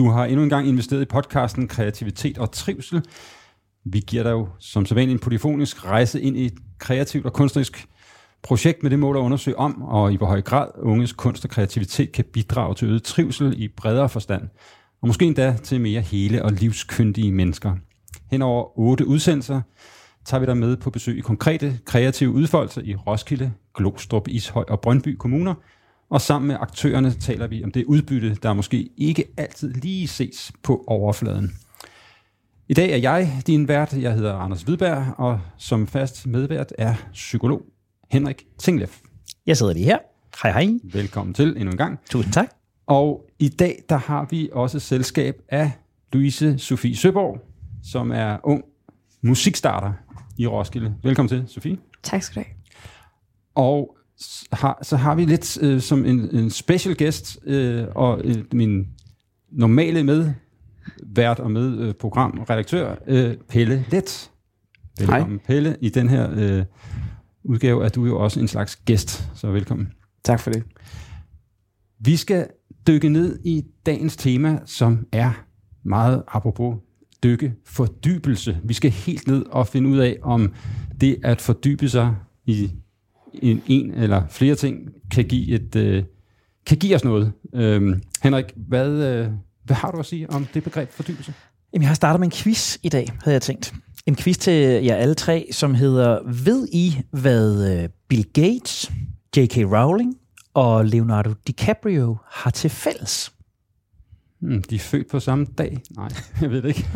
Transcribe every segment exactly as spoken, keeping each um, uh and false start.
Du har endnu en gang investeret i podcasten Kreativitet og Trivsel. Vi giver dig jo som sædvanligt en polyfonisk rejse ind i et kreativt og kunstnerisk projekt med det mål at undersøge om, og i hvor høj grad unges kunst og kreativitet kan bidrage til øget trivsel i bredere forstand, og måske endda til mere hele og livskyndige mennesker. Hen over otte udsendelser tager vi dig med på besøg i konkrete kreative udfoldelser i Roskilde, Glostrup, Ishøj og Brøndby kommuner, og sammen med aktørerne taler vi om det udbytte, der måske ikke altid lige ses på overfladen. I dag er jeg din vært. Jeg hedder Anders Hvidberg, og som fast medvært er psykolog Henrik Tingleff. Jeg sidder lige her. Hej hej. Velkommen til endnu en gang. Tusind tak. Og i dag der har vi også selskab af Louise Sofie Søborg, som er ung musikstarter i Roskilde. Velkommen til, Sofie. Tak skal du have. Og har, så har vi lidt øh, som en, en special guest, øh, og øh, min normale medvært og med øh, programredaktør, øh, Pelle Let. Velkommen, hej. Pelle. I den her øh, udgave er du jo også en slags gæst, så velkommen. Tak for det. Vi skal dykke ned i dagens tema, som er meget apropos dykke fordybelse. Vi skal helt ned og finde ud af, om det at fordybe sig i en, en eller flere ting kan give, et, øh, kan give os noget. Øhm, Henrik, hvad, øh, hvad har du at sige om det begreb fordybelse? Jamen, jeg har startet med en quiz i dag, havde jeg tænkt. En quiz til jer alle tre, som hedder: ved I, hvad Bill Gates, J K Rowling og Leonardo DiCaprio har til fælles? Hmm, de er født på samme dag? Nej, jeg ved det ikke.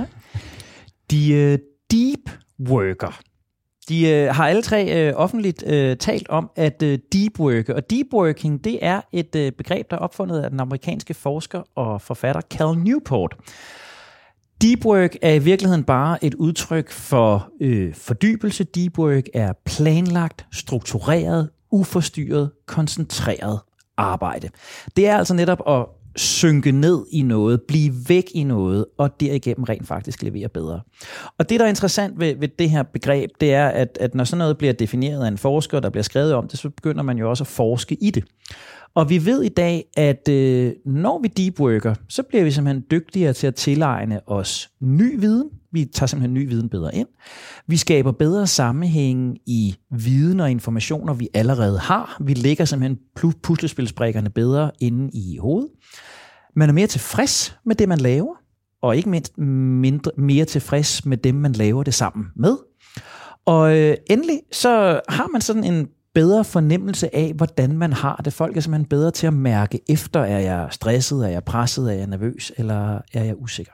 De uh, deep worker. De uh, har alle tre uh, offentligt uh, talt om at uh, deep worke. Og deep working, det er et uh, begreb, der er opfundet af den amerikanske forsker og forfatter Cal Newport. Deep work er i virkeligheden bare et udtryk for øh, fordybelse. Deep work er planlagt, struktureret, uforstyrret, koncentreret arbejde. Det er altså netop at synke ned i noget, blive væk i noget, og derigennem rent faktisk levere bedre. Og det, der er interessant ved, ved det her begreb, det er, at, at når sådan noget bliver defineret af en forsker, der bliver skrevet om det, så begynder man jo også at forske i det. Og vi ved i dag, at øh, når vi deepworker, så bliver vi simpelthen dygtigere til at tilegne os ny viden. Vi tager simpelthen ny viden bedre ind. Vi skaber bedre sammenhæng i viden og informationer, vi allerede har. Vi lægger simpelthen puslespilsbrikkerne bedre inde i hovedet. Man er mere tilfreds med det, man laver, og ikke mindst mindre, mere tilfreds med dem, man laver det sammen med. Og øh, endelig så har man sådan en bedre fornemmelse af, hvordan man har det. Folk er simpelthen bedre til at mærke efter, er jeg stresset, er jeg presset, er jeg nervøs, eller er jeg usikker.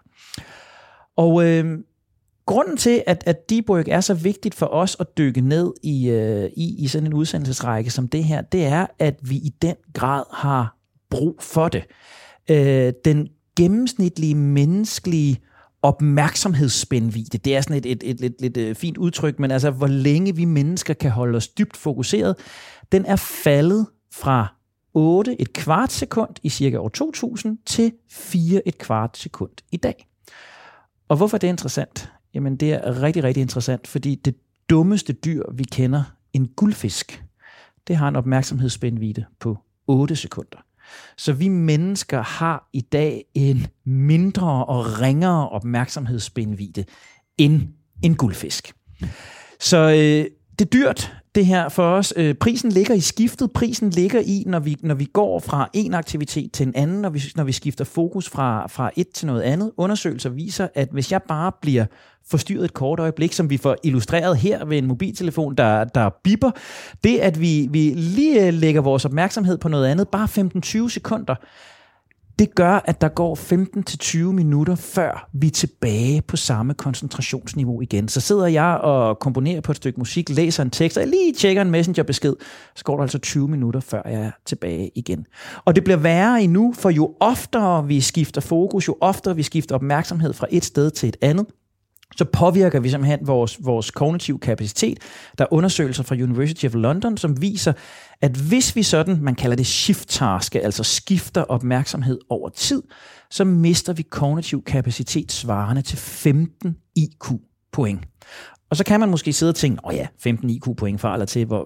Og øh, grunden til, at, at deep work er så vigtigt for os at dykke ned i, øh, i, i sådan en udsendelsesrække som det her, det er, at vi i den grad har brug for det. Øh, den gennemsnitlige menneskelige opmærksomhedsspændvidde. Det er sådan et, et, et, et, et, et fint udtryk, men altså, hvor længe vi mennesker kan holde os dybt fokuseret, den er faldet fra otte et kvart sekund i cirka år to tusind til fire et kvart sekund i dag. Og hvorfor er det interessant? Jamen, det er rigtig, rigtig interessant, fordi det dummeste dyr, vi kender, en guldfisk, det har en opmærksomhedsspændvidde på otte sekunder. Så vi mennesker har i dag en mindre og ringere opmærksomhedsspændvidde end en guldfisk. Så øh, det er dyrt, det her for os. Øh, prisen ligger i skiftet. Prisen ligger i, når vi, når vi går fra en aktivitet til en anden, når vi, når vi skifter fokus fra, fra et til noget andet. Undersøgelser viser, at hvis jeg bare bliver forstyrret et kort øjeblik, som vi får illustreret her ved en mobiltelefon, der, der bipper, det at vi, vi lige lægger vores opmærksomhed på noget andet, bare femten til tyve sekunder, det gør, at der går femten til tyve minutter, før vi er tilbage på samme koncentrationsniveau igen. Så sidder jeg og komponerer på et stykke musik, læser en tekst, og jeg lige tjekker en messengerbesked, så går der altså tyve minutter, før jeg er tilbage igen. Og det bliver værre endnu, for jo oftere vi skifter fokus, jo oftere vi skifter opmærksomhed fra et sted til et andet, så påvirker vi simpelthen vores, vores kognitive kapacitet. Der er undersøgelser fra University of London, som viser, at hvis vi sådan, man kalder det shift-task, altså skifter opmærksomhed over tid, så mister vi kognitiv kapacitet svarende til femten I Q-point. Og så kan man måske sidde og tænke, åh ja, femten I Q-point fra eller til, hvor, hvor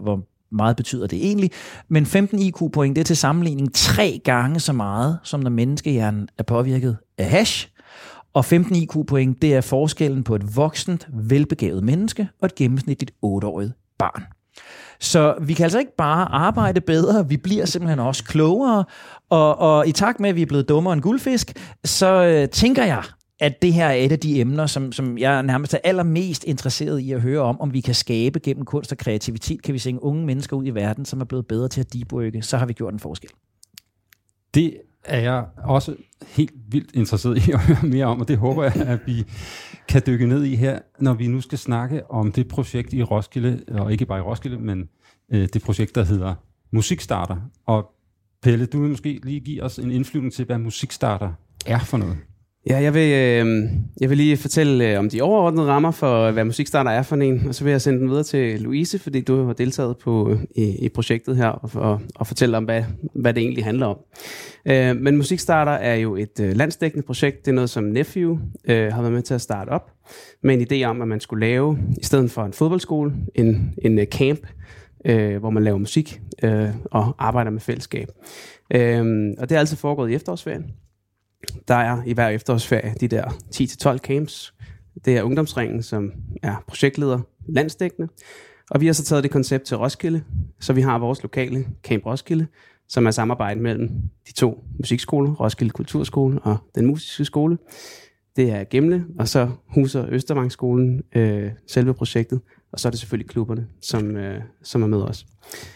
meget betyder det egentlig. Men femten I Q-point, det er til sammenligning tre gange så meget, som når menneskehjernen er påvirket af hash. Og femten I Q-point, det er forskellen på et voksent, velbegavet menneske og et gennemsnitligt otteårigt barn. Så vi kan altså ikke bare arbejde bedre, vi bliver simpelthen også klogere, og, og i takt med, at vi er blevet dummere end guldfisk, så øh, tænker jeg, at det her er et af de emner, som, som jeg nærmest er allermest interesseret i at høre om, om vi kan skabe gennem kunst og kreativitet. Kan vi sende unge mennesker ud i verden, som er blevet bedre til at deepworke, så har vi gjort en forskel. Det er jeg også helt vildt interesseret i at høre mere om, og det håber jeg, at vi kan dykke ned i her, når vi nu skal snakke om det projekt i Roskilde, og ikke bare i Roskilde, men øh, det projekt, der hedder Musikstarter. Og Pelle, du vil måske lige give os en indflyvning til, hvad Musikstarter er for noget. Ja, jeg vil, øh, jeg vil lige fortælle øh, om de overordnede rammer for, hvad Musikstarter er for en, og så vil jeg sende den videre til Louise, fordi du har deltaget på, i, i projektet her, og, og, og fortælle om, hvad, hvad det egentlig handler om. Øh, men Musikstarter er jo et øh, landsdækkende projekt. Det er noget, som Nephew øh, har været med til at starte op, med en idé om, at man skulle lave, i stedet for en fodboldskole, en, en uh, camp, øh, hvor man laver musik øh, og arbejder med fællesskab. Øh, og det er altid foregået i efterårsferien. Der er i hver efterårsferie de der ti til tolv camps. Det er Ungdomsringen, som er projektleder landsdækkende. Og vi har så taget det koncept til Roskilde, så vi har vores lokale Camp Roskilde, som er samarbejde mellem de to musikskoler, Roskilde Kulturskole og Den Musiske Skole. Det er Gemle, og så huser Østervangsskolen øh, selve projektet, og så er det selvfølgelig klubberne, som, øh, som er med os.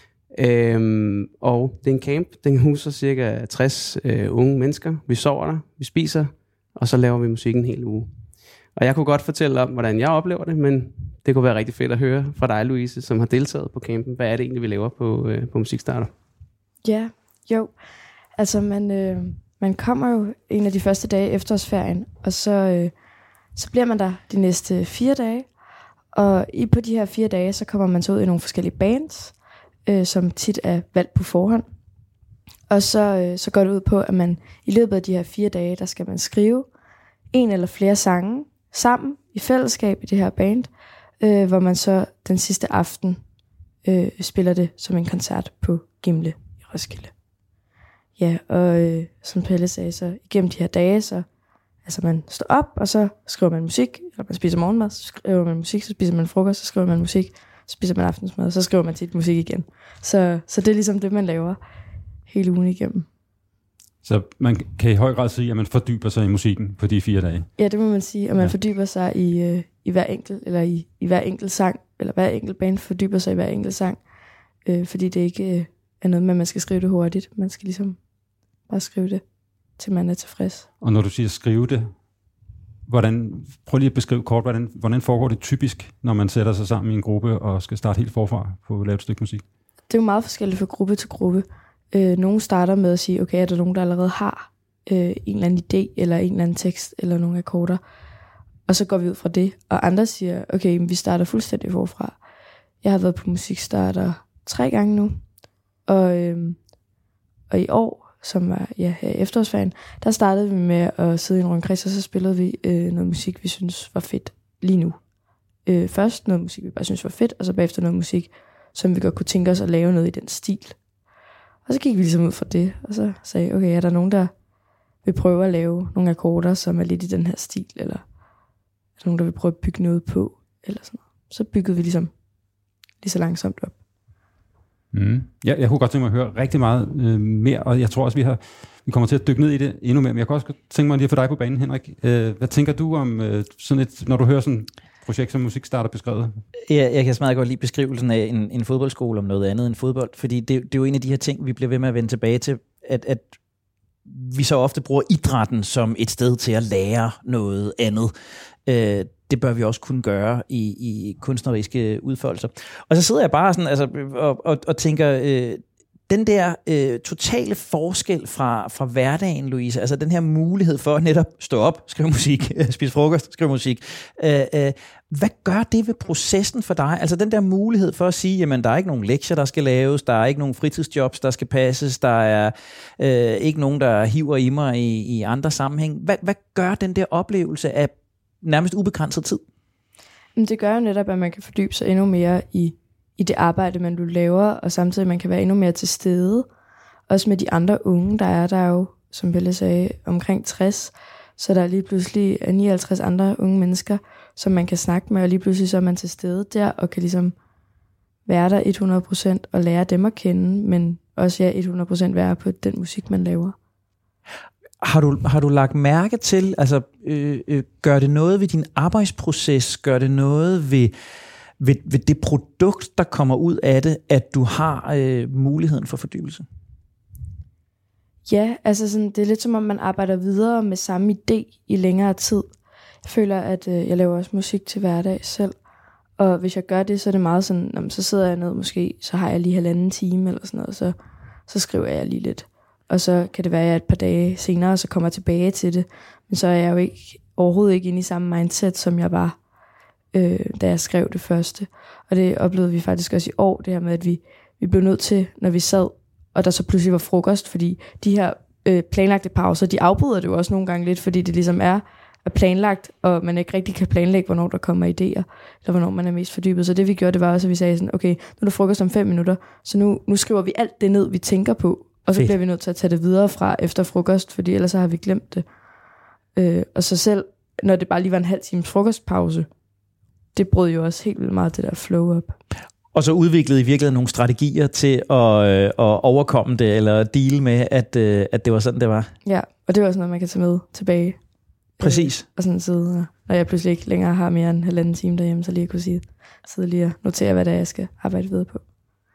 Øhm, og det er en camp, den huser cirka tres øh, unge mennesker. Vi sover der, vi spiser, og så laver vi musik en hel uge. Og jeg kunne godt fortælle om, hvordan jeg oplever det, men det kunne være rigtig fedt at høre fra dig, Louise, som har deltaget på campen. Hvad er det egentlig, vi laver på, øh, på Musikstarter? Ja, jo. Altså, man, øh, man kommer jo en af de første dage efter efterårsferien, og så, øh, så bliver man der de næste fire dage. Og i på de her fire dage, så kommer man så ud i nogle forskellige bands, øh, som tit er valgt på forhånd. Og så, øh, så går det ud på, at man i løbet af de her fire dage, der skal man skrive en eller flere sange sammen i fællesskab i det her band, øh, hvor man så den sidste aften øh, spiller det som en koncert på Gimle i Roskilde. Ja, og øh, som Pelle sagde, så igennem de her dage, så altså man står op, og så skriver man musik, eller man spiser morgenmad, så skriver man musik, så spiser man frokost, så skriver man musik, så spiser man aftensmad, og så skriver man tit musik igen. Så, så det er ligesom det, man laver hele ugen igennem. Så man kan i høj grad sige, at man fordyber sig i musikken på de fire dage? Ja, det må man sige, og man ja. fordyber sig i, øh, i hver enkelt, eller i, i hver enkelt sang, eller hver enkelt band fordyber sig i hver enkelt sang, øh, fordi det ikke øh, er noget med, at man skal skrive det hurtigt. Man skal ligesom bare skrive det, til man er tilfreds. Og når du siger skrive det, hvordan, prøv lige at beskrive kort, hvordan, hvordan foregår det typisk, når man sætter sig sammen i en gruppe og skal starte helt forfra på at lave et stykke musik? Det er jo meget forskelligt fra gruppe til gruppe. Øh, nogle starter med at sige, okay, er der nogen, der allerede har øh, en eller anden idé, eller en eller anden tekst, eller nogle akkorder, og så går vi ud fra det. Og andre siger, okay, vi starter fuldstændig forfra. Jeg har været på Musikstarter tre gange nu, og, øh, og i år, som var ja, her i efterårsferien, der startede vi med at sidde i en rundkreds, og så spillede vi øh, noget musik, vi synes var fedt lige nu. Øh, først noget musik, vi bare synes var fedt, og så bagefter noget musik, som vi godt kunne tænke os at lave noget i den stil. Og så gik vi ligesom ud fra det, og så sagde, okay, er der nogen, der vil prøve at lave nogle akkorder, som er lidt i den her stil, eller er der nogen, der vil prøve at bygge noget på, eller sådan noget. Så byggede vi ligesom lige så langsomt op. Mm. Ja, jeg kunne godt tænke mig at høre rigtig meget øh, mere, og jeg tror også, vi har vi kommer til at dykke ned i det endnu mere, men jeg kunne også tænke mig lige at få dig på banen, Henrik. Øh, hvad tænker du om øh, sådan et, når du hører sådan et projekt som Musikstarter beskrevet? Ja, jeg kan smadre godt lide beskrivelsen af en, en fodboldskole om noget andet end fodbold, fordi det, det er jo en af de her ting, vi bliver ved med at vende tilbage til, at, at vi så ofte bruger idrætten som et sted til at lære noget andet. Øh, det bør vi også kunne gøre i, i kunstneriske udfoldelser. Og så sidder jeg bare sådan, altså, og, og, og tænker, øh, den der øh, totale forskel fra, fra hverdagen, Louise, altså den her mulighed for at netop stå op, skrive musik, spise frokost, skrive musik. Øh, øh, hvad gør det ved processen for dig? Altså den der mulighed for at sige, jamen der er ikke nogen lektier, der skal laves, der er ikke nogen fritidsjobs, der skal passes, der er øh, ikke nogen, der hiver i mig i, i andre sammenhæng. Hvad, hvad gør den der oplevelse af nærmest ubegrænset tid? Det gør jo netop, at man kan fordybe sig endnu mere i, i det arbejde, man du laver, og samtidig man kan være endnu mere til stede. Også med de andre unge, der er der er jo, som Pelle sagde, omkring tres, så der er lige pludselig nioghalvtreds andre unge mennesker, som man kan snakke med, og lige pludselig så er man til stede der, og kan ligesom være der hundrede procent og lære dem at kende, men også ja, hundrede procent være på den musik, man laver. Har du, har du lagt mærke til, altså øh, øh, gør det noget ved din arbejdsproces, gør det noget ved, ved, ved det produkt, der kommer ud af det, at du har øh, muligheden for fordybelse? Ja, altså sådan, det er lidt som om, man arbejder videre med samme idé i længere tid. Jeg føler, at øh, jeg laver også musik til hverdag selv, og hvis jeg gør det, så er det meget sådan, jamen, så sidder jeg ned måske, så har jeg lige halvanden time eller sådan noget, så, så skriver jeg lige lidt. Og så kan det være, at jeg et par dage senere, så kommer jeg tilbage til det. Men så er jeg jo ikke, overhovedet ikke inde i samme mindset, som jeg var, øh, da jeg skrev det første. Og det oplevede vi faktisk også i år, det her med, at vi, vi blev nødt til, når vi sad, og der så pludselig var frokost, fordi de her øh, planlagte pauser, de afbryder det jo også nogle gange lidt, fordi det ligesom er, er planlagt, og man ikke rigtig kan planlægge, hvornår der kommer idéer, eller hvornår man er mest fordybet. Så det vi gjorde, det var også, at vi sagde sådan, okay, nu er der frokost om fem minutter, så nu, nu skriver vi alt det ned, vi tænker på, og så Fedt. bliver vi nødt til at tage det videre fra efter frokost, fordi ellers så har vi glemt det. Øh, og så selv, når det bare lige var en halv times frokostpause, det brød jo også helt vildt meget det der flow op. Og så udviklede I virkelig nogle strategier til at, øh, at overkomme det, eller deal med, at, øh, at det var sådan, det var. Ja, og det var sådan noget, man kan tage med tilbage. Præcis. Øh, og sådan sidde, når jeg pludselig ikke længere har mere end halvanden time derhjemme, så lige kunne sige, sidde lige og notere, hvad det er, jeg skal arbejde videre på.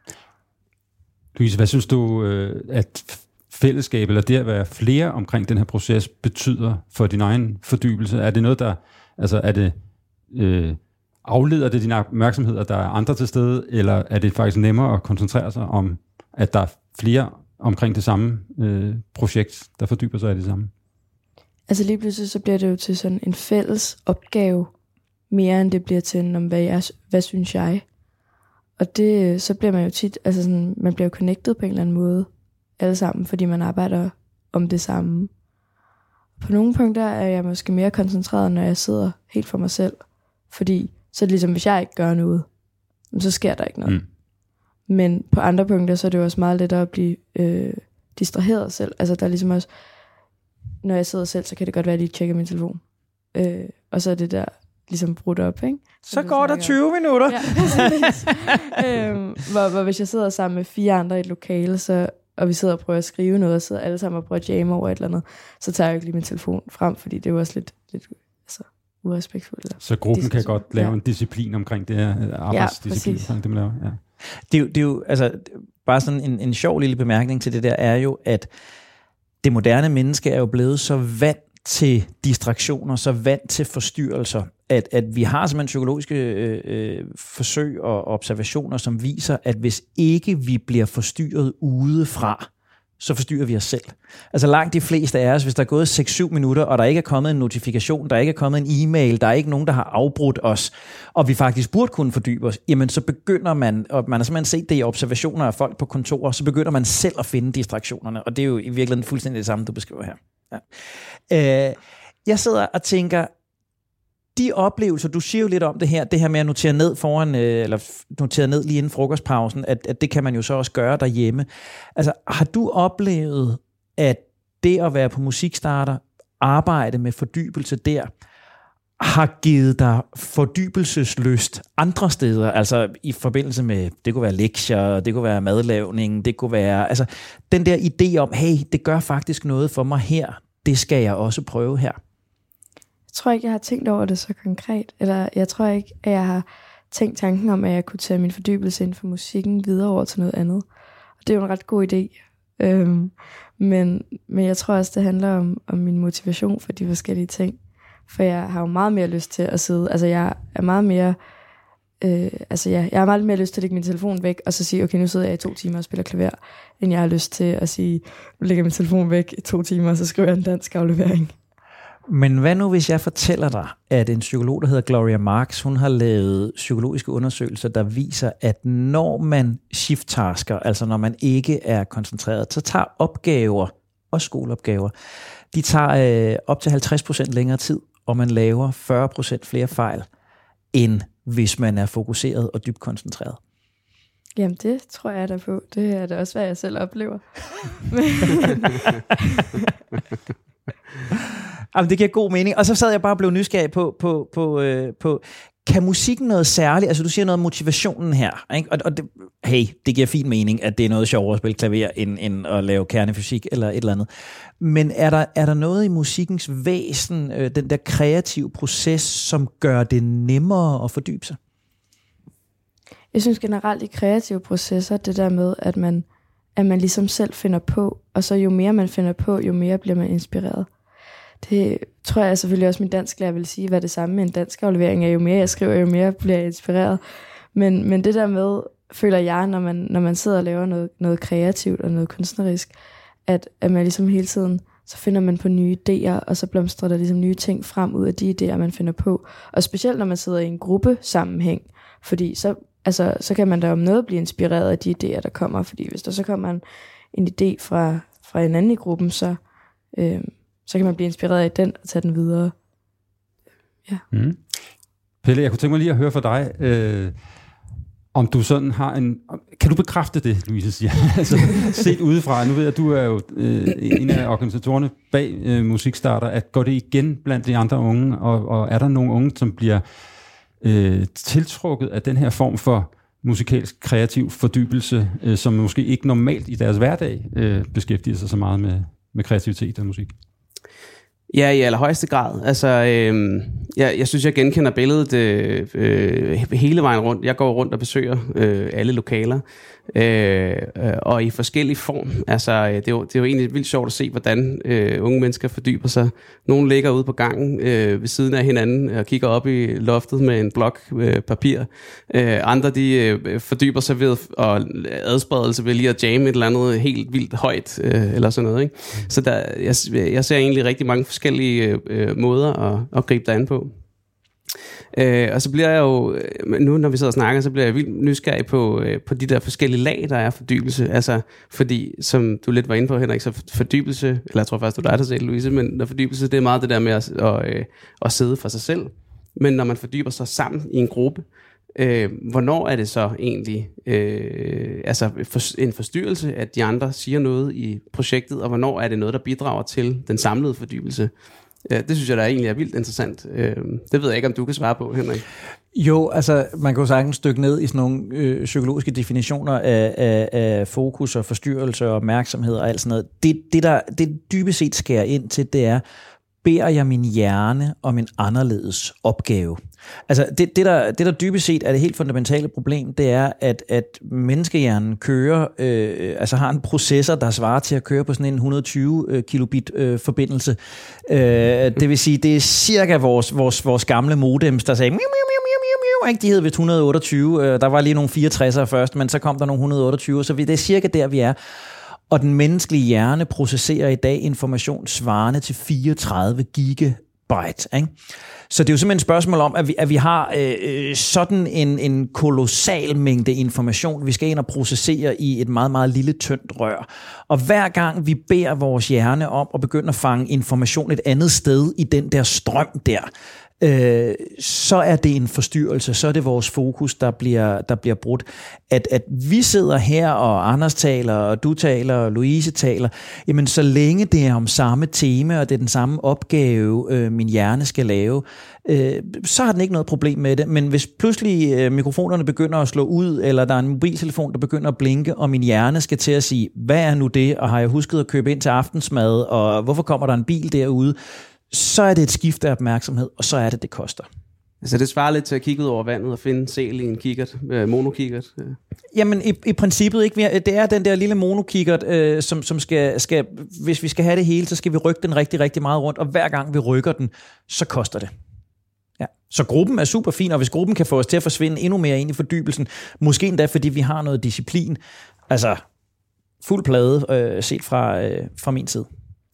Louise, hvad synes du, at fællesskab, eller det at være flere omkring den her proces, betyder for din egen fordybelse? Er det noget, der, altså er det, øh, afleder det din opmærksomhed, at der er andre til stede, eller er det faktisk nemmere at koncentrere sig om, at der er flere omkring det samme øh, projekt, der fordyber sig i det samme? Altså lige pludselig så bliver det jo til sådan en fælles opgave, mere end det bliver til, om hvad, jeg, hvad synes jeg? Og det, så bliver man jo tit, altså sådan, man bliver jo connected på en eller anden måde, alle sammen, fordi man arbejder om det samme. På nogle punkter er jeg måske mere koncentreret, når jeg sidder helt for mig selv, fordi så er det ligesom, hvis jeg ikke gør noget, så sker der ikke noget. Mm. Men på andre punkter, så er det jo også meget lettere at blive øh, distraheret selv. Altså der er ligesom også, når jeg sidder selv, så kan det godt være, at jeg lige tjekker min telefon. Øh, og så er det der ligesom brudt op, ikke? Så, så går der tyve minutter. Ja, øhm, hvor, hvor hvis jeg sidder sammen med fire andre i et lokale, så, og vi sidder og prøver at skrive noget, og sidder alle sammen og prøver at jamme over et eller andet, så tager jeg ikke lige min telefon frem, fordi det er jo også lidt, lidt altså, urespektfuldt. Så gruppen kan godt lave ja. en disciplin omkring det her, arbejdsdisciplin ja, omkring det, man laver. Ja. Det, er jo, det er jo, altså, bare sådan en, en sjov lille bemærkning til det der, er jo, at det moderne menneske er jo blevet så vant til distraktioner, så vant til forstyrrelser, at, at vi har simpelthen psykologiske øh, øh, forsøg og observationer, som viser, at hvis ikke vi bliver forstyrret udefra, så forstyrrer vi os selv. Altså langt de fleste af os, hvis der er gået seks syv minutter, og der ikke er kommet en notifikation, der ikke er kommet en e-mail, der er ikke nogen, der har afbrudt os, og vi faktisk burde kunne fordybe os, jamen så begynder man, og man har simpelthen set det i observationer af folk på kontorer, så begynder man selv at finde distraktionerne, og det er jo i virkeligheden fuldstændig det samme, du beskriver her. Ja. Øh, jeg sidder og tænker, de oplevelser, du siger jo lidt om det her, det her med at notere ned foran, eller notere ned lige inden frokostpausen, at, at det kan man jo så også gøre derhjemme. Altså, har du oplevet, at det at være på Musikstarter, arbejde med fordybelse der, har givet dig fordybelseslyst andre steder, altså i forbindelse med, det kunne være lektier, det kunne være madlavning, det kunne være, altså den der idé om, hey, det gør faktisk noget for mig her, det skal jeg også prøve her. Jeg tror ikke, jeg har tænkt over det så konkret, eller jeg tror ikke, at jeg har tænkt tanken om, at jeg kunne tage min fordybelse inden for musikken videre over til noget andet. Og det er jo en ret god idé. Øhm, men, men jeg tror også, det handler om, om min motivation for de forskellige ting. For jeg har jo meget mere lyst til at sidde, altså jeg er meget mere, øh, altså ja, jeg har meget mere lyst til at lægge min telefon væk, og så sige, okay, nu sidder jeg i to timer og spiller klaver, end jeg har lyst til at sige, nu lægger min telefon væk i to timer, og så skriver jeg en dansk aflevering. Men hvad nu, hvis jeg fortæller dig, at en psykolog, der hedder Gloria Marx, hun har lavet psykologiske undersøgelser, der viser, at når man shift-tasker, altså når man ikke er koncentreret, så tager opgaver og skoleopgaver, de tager øh, op til halvtreds procent længere tid, og man laver fyrre procent flere fejl, end hvis man er fokuseret og dybt koncentreret. Jamen, det tror jeg da på. Det er da også, hvad jeg selv oplever. Jamen, det giver god mening. Og så sad jeg bare og blev nysgerrig på, på, på, øh, på kan musikken noget særligt? Altså, du siger noget om motivationen her, ikke? Og, og det, hey, det giver fin mening, at det er noget sjovere at spille klaver, end, end at lave kernefysik eller et eller andet. Men er der, er der noget i musikkens væsen, øh, den der kreative proces, som gør det nemmere at fordybe sig? Jeg synes generelt i kreative processer, det der med, at man, at man ligesom selv finder på, og så jo mere man finder på, jo mere bliver man inspireret. Det tror jeg selvfølgelig også min dansklærer vil sige, hvad det samme med en dansk aflevering er. Jo mere jeg skriver, jo mere bliver jeg inspireret. Men, men det der med, føler jeg, når man, når man sidder og laver noget, noget kreativt og noget kunstnerisk, at, at man ligesom hele tiden, så finder man på nye idéer, og så blomstrer der ligesom nye ting frem ud af de idéer, man finder på. Og specielt når man sidder i en gruppe sammenhæng, fordi så, altså, så kan man da om noget blive inspireret af de idéer, der kommer. Fordi hvis der så kommer en, en idé fra, fra en anden i gruppen, så... Øh, så kan man blive inspireret af den og tage den videre. Ja. Mm. Pelle, jeg kunne tænke mig lige at høre fra dig, øh, om du sådan har en... Kan du bekræfte det, Louise siger? altså, set udefra, nu ved jeg, at du er jo øh, en af organisatorerne bag øh, Musikstarter, at går det igen blandt de andre unge, og, og er der nogle unge, som bliver øh, tiltrukket af den her form for musikalsk kreativ fordybelse, øh, som måske ikke normalt i deres hverdag øh, beskæftiger sig så meget med, med kreativitet og musik? Ja, i allerhøjeste grad. Altså, øh, jeg, jeg synes, jeg genkender billedet øh, øh, hele vejen rundt. Jeg går rundt og besøger øh, alle lokaler, øh, øh, og i forskellige form. Altså, det er, jo, det er jo egentlig vildt sjovt at se, hvordan øh, unge mennesker fordyber sig. Nogle ligger ude på gangen øh, ved siden af hinanden og kigger op i loftet med en blok øh, papir. Øh, andre, de øh, fordyber sig ved at adsprede sig ved lige at jamme et eller andet helt vildt højt, øh, eller sådan noget, ikke? Så der, jeg, jeg ser egentlig rigtig mange forskellige øh, måder at, at gribe det an på. Øh, og så bliver jeg jo, nu når vi sidder og snakker, så bliver jeg vildt nysgerrig på, øh, på de der forskellige lag, der er fordybelse. Altså, fordi, som du lidt var inde på, Henrik, så fordybelse, eller jeg tror faktisk, du er dig, der sagde, Louise, men når fordybelse, det er meget det der med at, at, at, at sidde for sig selv. Men når man fordyber sig sammen i en gruppe, øh, hvornår er det så egentlig øh, altså for, en forstyrrelse, at de andre siger noget i projektet, og hvornår er det noget, der bidrager til den samlede fordybelse? Ja, det synes jeg, der egentlig er vildt interessant. Det ved jeg ikke, om du kan svare på, Henrik. Jo, altså man kan jo sagtens stykke ned i sådan nogle øh, psykologiske definitioner af, af, af fokus og forstyrrelse og opmærksomhed og alt sådan noget. Det, det, der det dybest set skærer ind til, det er, beder jeg min hjerne om en anderledes opgave. Altså det, det, der, det der dybest set er det helt fundamentale problem, det er, at, at menneskehjernen kører, øh, altså har en processor, der svarer til at køre på sådan en et hundrede og tyve kilobit øh, forbindelse. Øh, det vil sige, det er cirka vores, vores, vores gamle modems, der sagde miu, miu, miu, miu, miu. De hed vist et hundrede og otteogtyve, øh, der var lige nogle fireogtressere først, men så kom der nogle et hundrede og otteogtyve, så det er cirka der, vi er. Og den menneskelige hjerne processerer i dag information svarende til fireogtredive gigabyte. Ikke? Så det er jo simpelthen et spørgsmål om, at vi, at vi har øh, sådan en, en kolossal mængde information, vi skal ind og processere i et meget, meget lille, tyndt rør. Og hver gang vi beder vores hjerne om at begynde at fange information et andet sted i den der strøm der, øh, så er det en forstyrrelse, så er det vores fokus, der bliver, der bliver brudt. At, at vi sidder her, og Anders taler, og du taler, og Louise taler, jamen så længe det er om samme tema, og det er den samme opgave, øh, min hjerne skal lave, øh, så har den ikke noget problem med det. Men hvis pludselig øh, mikrofonerne begynder at slå ud, eller der er en mobiltelefon, der begynder at blinke, og min hjerne skal til at sige, hvad er nu det, og har jeg husket at købe ind til aftensmad, og hvorfor kommer der en bil derude, så er det et skift af opmærksomhed, og så er det, det koster. Altså det svarer lidt til at kigge ud over vandet og finde sæl i en kikkert, øh, monokikkert. Øh. Jamen i, i princippet ikke. Det er den der lille monokikkert, øh, som, som skal, skal, hvis vi skal have det hele, så skal vi rykke den rigtig, rigtig meget rundt, og hver gang vi rykker den, så koster det. Ja. Så gruppen er super fin, og hvis gruppen kan få os til at forsvinde endnu mere ind i fordybelsen, måske endda fordi vi har noget disciplin, altså fuld plade øh, set fra, øh, fra min side.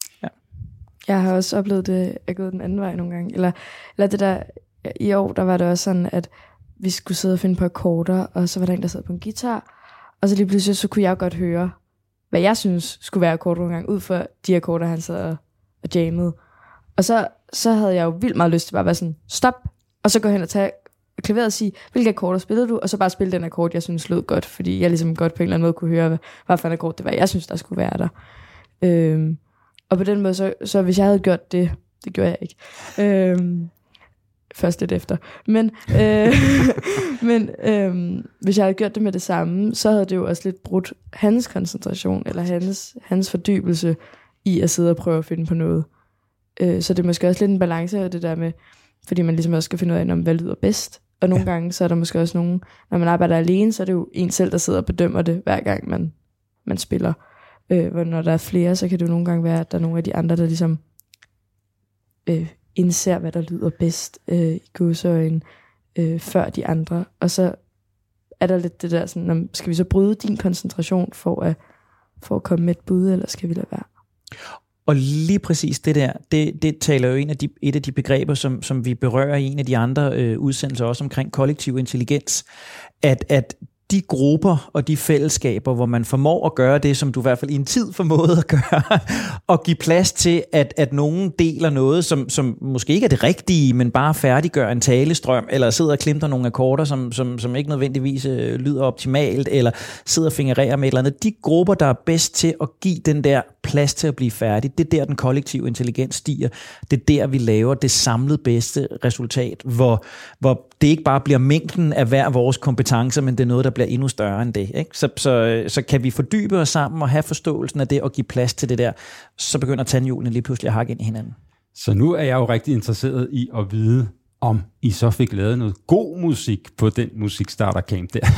Jeg har også oplevet det, at gå den anden vej nogle gange. Eller, eller det der, i år, der var det også sådan, at vi skulle sidde og finde på akkorder, og så var der en, der sad på en guitar, og så lige pludselig, så kunne jeg godt høre, hvad jeg synes skulle være akkorder nogle gange, ud fra de akkorder, han sad og, og jammede. Og så, så havde jeg jo vildt meget lyst til bare at være sådan, stop, og så gå hen og tage klaveret sige, hvilke akkorder spillede du, og så bare spille den akkord, jeg synes lød godt, fordi jeg ligesom godt på en eller anden måde kunne høre, hvad, hvad for en akkord det var, jeg synes, der skulle være der. Øhm, og på den måde, så, så hvis jeg havde gjort det, det gjorde jeg ikke. Øhm, først lidt efter. Men, øh, men øh, hvis jeg havde gjort det med det samme, så havde det jo også lidt brudt hans koncentration, eller hans, hans fordybelse i at sidde og prøve at finde på noget. Øh, så det er måske også lidt en balance af det der med, fordi man ligesom også skal finde ud af, hvad lyder bedst. Og nogle ja. gange, så er der måske også nogen, når man arbejder alene, så er det jo en selv, der sidder og bedømmer det, hver gang man, man spiller. Øh, hvor når der er flere, så kan det jo nogle gange være, at der er nogle af de andre, der ligesom øh, indser, hvad der lyder bedst øh, i godsøjne øh, før de andre. Og så er der lidt det der sådan, skal vi så bryde din koncentration for at, for at komme med et bud, eller skal vi lade være? Og lige præcis det der, det, det taler jo en af de, et af de begreber, som, som vi berører i en af de andre øh, udsendelser, også omkring kollektiv intelligens, at, at de grupper og de fællesskaber, hvor man formår at gøre det, som du i hvert fald i en tid formåede at gøre, og give plads til, at, at nogen deler noget, som, som måske ikke er det rigtige, men bare færdiggør en talestrøm, eller sidder og klimter nogle akkorder, som, som, som ikke nødvendigvis øh, lyder optimalt, eller sidder og fingererer med et eller andet. De grupper, der er bedst til at give den der plads til at blive færdig, det er der, den kollektive intelligens stiger. Det er der, vi laver det samlede bedste resultat, hvor, hvor det ikke bare bliver mængden af hver vores kompetencer, men det er noget, der bliver endnu større end det. Ikke? Så, så, så kan vi fordybe os sammen og have forståelsen af det og give plads til det der, så begynder tandhjulene lige pludselig at hakke ind i hinanden. Så nu er jeg jo rigtig interesseret i at vide, om I så fik lavet noget god musik på den musikstartercamp der.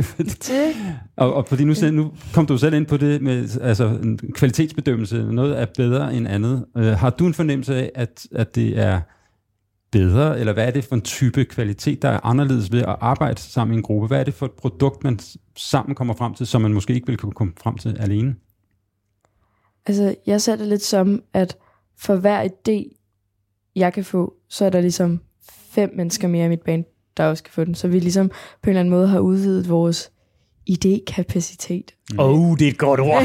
og, og fordi nu, nu kom du selv ind på det med altså, en kvalitetsbedømmelse. Noget er bedre end andet. Uh, har du en fornemmelse af, at, at det er bedre, eller hvad er det for en type kvalitet, der er anderledes ved at arbejde sammen i en gruppe? Hvad er det for et produkt, man sammen kommer frem til, som man måske ikke ville kunne komme frem til alene? Altså, jeg ser det lidt som, at for hver idé, jeg kan få, så er der ligesom fem mennesker mere i mit band, der også kan få den. Så vi ligesom på en eller anden måde har udvidet vores idékapacitet. Åh, oh, det er et godt ord.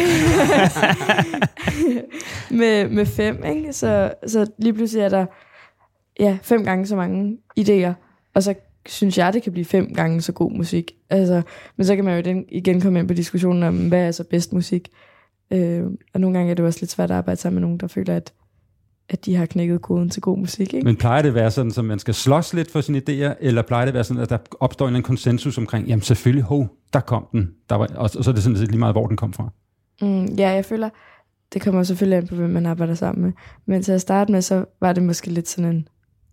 med, med fem, ikke? Så, så lige pludselig er der ja, fem gange så mange idéer, og så synes jeg, det kan blive fem gange så god musik. Altså, men så kan man jo den, igen komme ind på diskussionen om, hvad er så bedst musik. Øh, og nogle gange er det også lidt svært at arbejde sammen med nogen, der føler, at, at de har knækket koden til god musik. Ikke? Men plejer det at være sådan, at man skal slås lidt for sine idéer, eller plejer det at være sådan, at der opstår en eller anden konsensus omkring, jamen selvfølgelig, ho, der kom den. Der var, og, og så er det sådan set lige meget, hvor den kom fra. Mm, ja, jeg føler, det kommer selvfølgelig an på, hvem man arbejder sammen med. Men til at starte med, så var det måske lidt sådan en,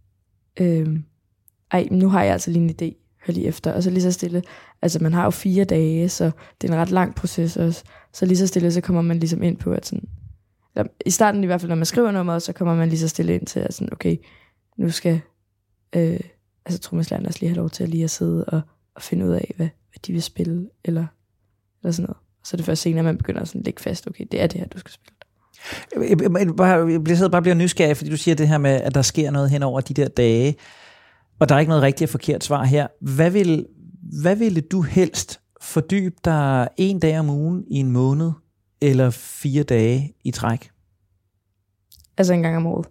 øh, ej, nu har jeg altså lige en idé, hør lige efter, og så lige så stille, altså man har jo fire dage, så det er en ret lang proces også, så lige så stille, så kommer man ligesom ind på, at sådan, eller i starten i hvert fald, når man skriver nummeret, så kommer man lige så stille ind til, at sådan, okay, nu skal, øh, altså trommeslageren også lige have lov til at lige at sidde og, og finde ud af, hvad, hvad de vil spille, eller, eller sådan noget. Så er det først senere, man begynder at sådan lægge fast, okay, det er det her, du skal spille. Jeg, jeg, bare, jeg bliver bare bliver nysgerrig, fordi du siger det her med, at der sker noget hen over de der dage, og der er ikke noget rigtigt og forkert svar her. Hvad vil, hvad ville du helst fordybe dig en dag om ugen i en måned, eller fire dage i træk? Altså en gang om året.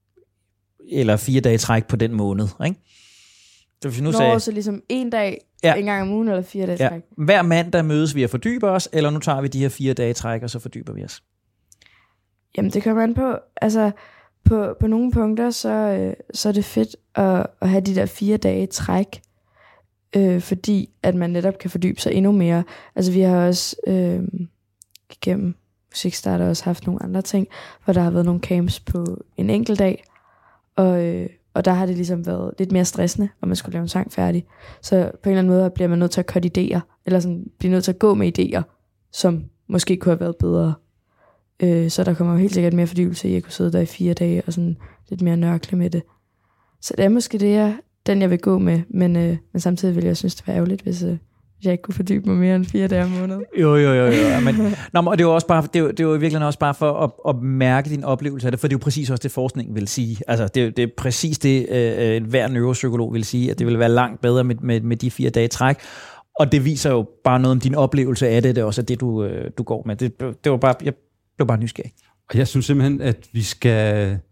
Eller fire dage i træk på den måned, ikke? Så hvis vi nu Nå, sagde, så ligesom en dag, ja. en gang om ugen, eller fire dage i ja. træk. Hver mandag mødes vi og fordyber os, eller nu tager vi de her fire dage i træk, og så fordyber vi os. Jamen, det kommer an på, altså på, på nogle punkter, så, øh, så er det fedt at, at have de der fire dage i træk, øh, fordi at man netop kan fordybe sig endnu mere. Altså vi har også øh, gennem Musikstarter også haft nogle andre ting, hvor der har været nogle camps på en enkelt dag, og, øh, og der har det ligesom været lidt mere stressende, hvor man skulle lave en sang færdig. Så på en eller anden måde bliver man nødt til at cutte idéer, eller sådan bliver nødt til at gå med idéer, som måske kunne have været bedre. Øh, så der kommer jo helt sikkert mere fordybelse i at kunne sidde der i fire dage og sådan lidt mere nørkle med det. Så det er måske det, jeg, den jeg vil gå med, men, øh, men samtidig vil jeg synes, det var ærgerligt, hvis, øh, hvis jeg ikke kunne fordybe mig mere end fire dage om måneden. Jo, jo, jo. jo. Men, nå, og det er jo også bare, det er jo, det er jo virkelig også bare for at, at mærke din oplevelse af det, for det er jo præcis også det, forskningen vil sige. Altså, det er, det er præcis det, øh, hver neuropsykolog vil sige, at det vil være langt bedre med, med, med de fire dage træk. Og det viser jo bare noget om din oplevelse af det, det er også det, du, øh, du går med. Det, det var bare, jeg blev bare nysgerrig. Og jeg synes simpelthen, at vi skal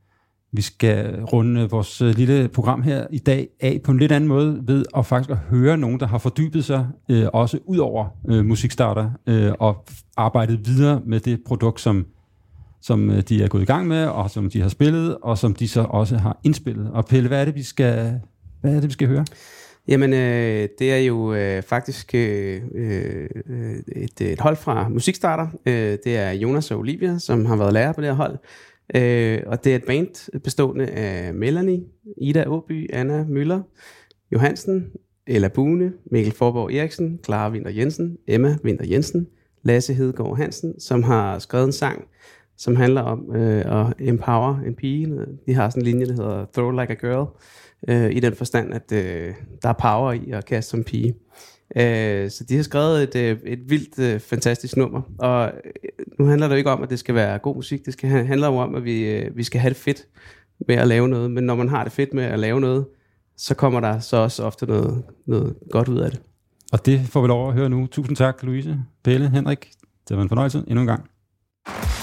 Vi skal runde vores lille program her i dag af på en lidt anden måde ved at faktisk at høre nogen, der har fordybet sig, øh, også ud over øh, Musikstarter, øh, og arbejdet videre med det produkt, som, som øh, de er gået i gang med, og som de har spillet, og som de så også har indspillet. Og Pelle, hvad er det, vi skal, hvad er det, vi skal høre? Jamen, øh, det er jo øh, faktisk øh, øh, et, et hold fra Musikstarter. Øh, det er Jonas og Olivia, som har været lærer på det her hold. Øh, og det er et band bestående af Melanie, Ida Åby, Anna Møller, Johansen, Ella Bune, Mikkel Forborg Eriksen, Clara Winter Jensen, Emma Winter Jensen, Lasse Hedegaard Hansen, som har skrevet en sang, som handler om øh, at empower en pige. De har sådan en linje, der hedder Throw Like a Girl, øh, i den forstand, at øh, der er power i at kaste som pige. Øh, så de har skrevet et, øh, et vildt, øh, fantastisk nummer, og nu handler det jo ikke om, at det skal være god musik, det skal handle om, at vi, øh, vi skal have det fedt med at lave noget, men når man har det fedt med at lave noget, så kommer der så også ofte noget, noget godt ud af det. Og det får vi lov at høre nu. Tusind tak, Louise, Pelle, Henrik. Det var en fornøjelse endnu en gang.